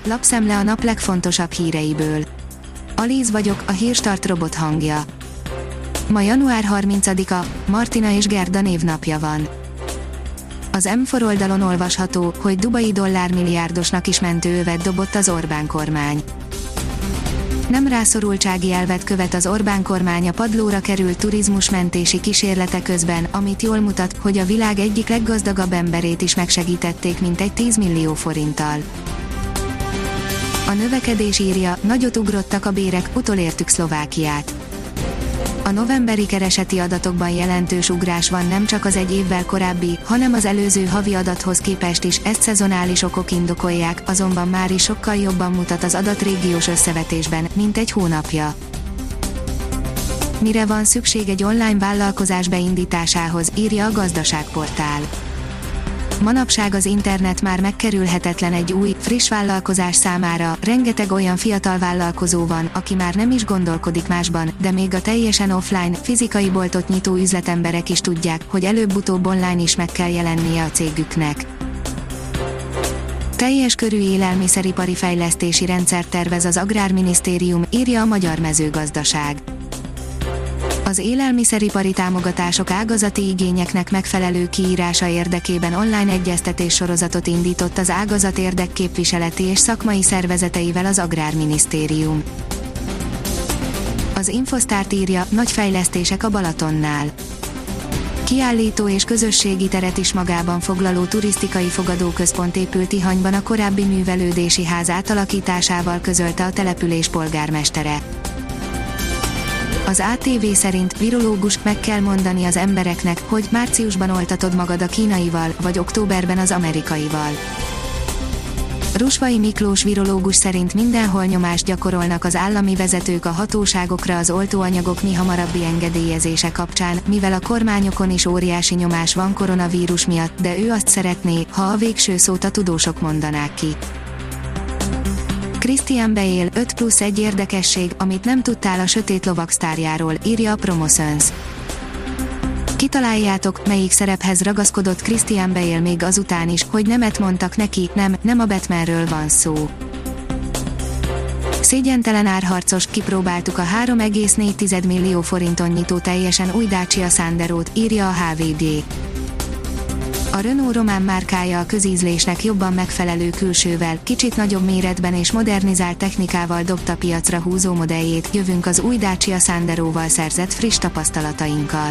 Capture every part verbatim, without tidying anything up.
lapszemle a nap legfontosabb híreiből. Alíz vagyok, a Hírstart robot hangja. Ma január harmincadika, Martina és Gerda névnapja van. Az M négy oldalon olvasható, hogy dubai dollármilliárdosnak is mentőövet dobott az Orbán kormány. Nem rászorultsági elvet követ az Orbán kormány a padlóra került turizmusmentési kísérlete közben, amit jól mutat, hogy a világ egyik leggazdagabb emberét is megsegítették mintegy tíz millió forinttal. A növekedés írja, nagyot ugrottak a bérek, utolértük Szlovákiát. A novemberi kereseti adatokban jelentős ugrás van nem csak az egy évvel korábbi, hanem az előző havi adathoz képest is, ezt szezonális okok indokolják, azonban már is sokkal jobban mutat az adat régiós összevetésben, mint egy hónapja. Mire van szükség egy online vállalkozás beindításához, írja a Gazdaságportál. Manapság az internet már megkerülhetetlen egy új, friss vállalkozás számára, rengeteg olyan fiatal vállalkozó van, aki már nem is gondolkodik másban, de még a teljesen offline, fizikai boltot nyitó üzletemberek is tudják, hogy előbb-utóbb online is meg kell jelennie a cégüknek. Teljes körű élelmiszeripari fejlesztési rendszert tervez az Agrárminisztérium, írja a Magyar Mezőgazdaság. Az élelmiszeripari támogatások ágazati igényeknek megfelelő kiírása érdekében online egyeztetés sorozatot indított az ágazat érdekképviseleti és szakmai szervezeteivel az Agrárminisztérium. Az Infosztárt írja, nagy fejlesztések a Balatonnál. Kiállító és közösségi teret is magában foglaló turisztikai fogadóközpont épült Tihanyban a korábbi művelődési ház átalakításával, közölte a település polgármestere. Az á té vé szerint virológus, meg kell mondani az embereknek, hogy márciusban oltatod magad a kínaival, vagy októberben az amerikaival. Rusvai Miklós virológus szerint mindenhol nyomást gyakorolnak az állami vezetők a hatóságokra az oltóanyagok mihamarabbi engedélyezése kapcsán, mivel a kormányokon is óriási nyomás van koronavírus miatt, de ő azt szeretné, ha a végső szót a tudósok mondanák ki. Christian Bale, öt plusz egy érdekesség, amit nem tudtál a sötét lovag sztárjáról, írja a Promoszöns. Kitaláljátok, melyik szerephez ragaszkodott Christian Bale még azután is, hogy nemet mondtak neki, nem, nem a Batmanről van szó. Szégyentelen árharcos, kipróbáltuk a három egész négy millió forinton nyitó teljesen új Dacia Sanderót, írja a há vé gé. A Renault román márkája a közízlésnek jobban megfelelő külsővel, kicsit nagyobb méretben és modernizált technikával dobta piacra húzó modelljét, jövünk az új Dacia Sanderóval szerzett friss tapasztalatainkkal.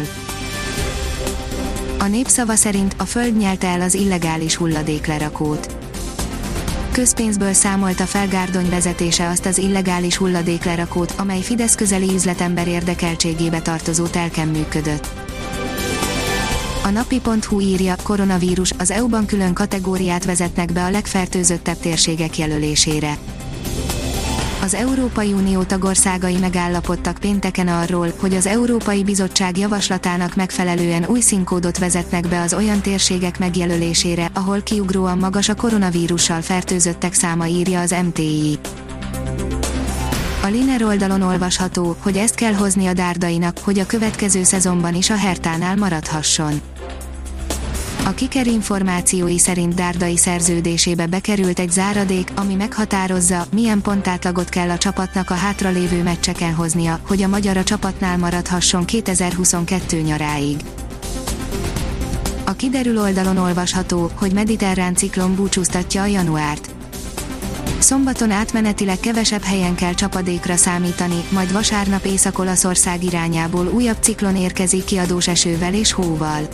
A Népszava szerint a Föld nyelte el az illegális hulladéklerakót. Közpénzből számolta fel Gárdony vezetése azt az illegális hulladéklerakót, amely Fidesz közeli üzletember érdekeltségébe tartozó telken működött. A napi pont hu írja, koronavírus, az é u-ban külön kategóriát vezetnek be a legfertőzöttebb térségek jelölésére. Az Európai Unió tagországai megállapodtak pénteken arról, hogy az Európai Bizottság javaslatának megfelelően új színkódot vezetnek be az olyan térségek megjelölésére, ahol kiugróan magas a koronavírussal fertőzöttek száma, írja az em té i. A Liner oldalon olvasható, hogy ezt kell hozni a Dárdainak, hogy a következő szezonban is a Hertánál maradhasson. A Kicker információi szerint Dárdai szerződésébe bekerült egy záradék, ami meghatározza, milyen pontátlagot kell a csapatnak a hátralévő meccseken hoznia, hogy a magyar a csapatnál maradhasson kétezer-huszonkettő nyaráig. A Kiderül oldalon olvasható, hogy mediterrán ciklon búcsúztatja a januárt. Szombaton átmenetileg kevesebb helyen kell csapadékra számítani, majd vasárnap Észak-Olaszország irányából újabb ciklon érkezik kiadós esővel és hóval.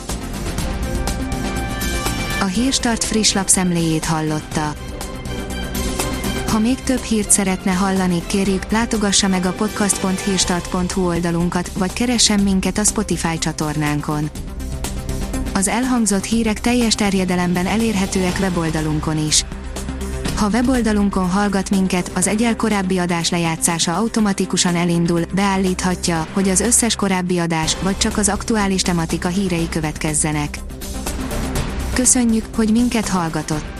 A Hírstart friss lapszemléjét hallotta. Ha még több hírt szeretne hallani, kérjük, látogassa meg a podcast pont hírstart pont hu oldalunkat, vagy keressen minket a Spotify csatornánkon. Az elhangzott hírek teljes terjedelemben elérhetőek weboldalunkon is. Ha weboldalunkon hallgat minket, az egyel korábbi adás lejátszása automatikusan elindul, beállíthatja, hogy az összes korábbi adás, vagy csak az aktuális tematika hírei következzenek. Köszönjük, hogy minket hallgatott!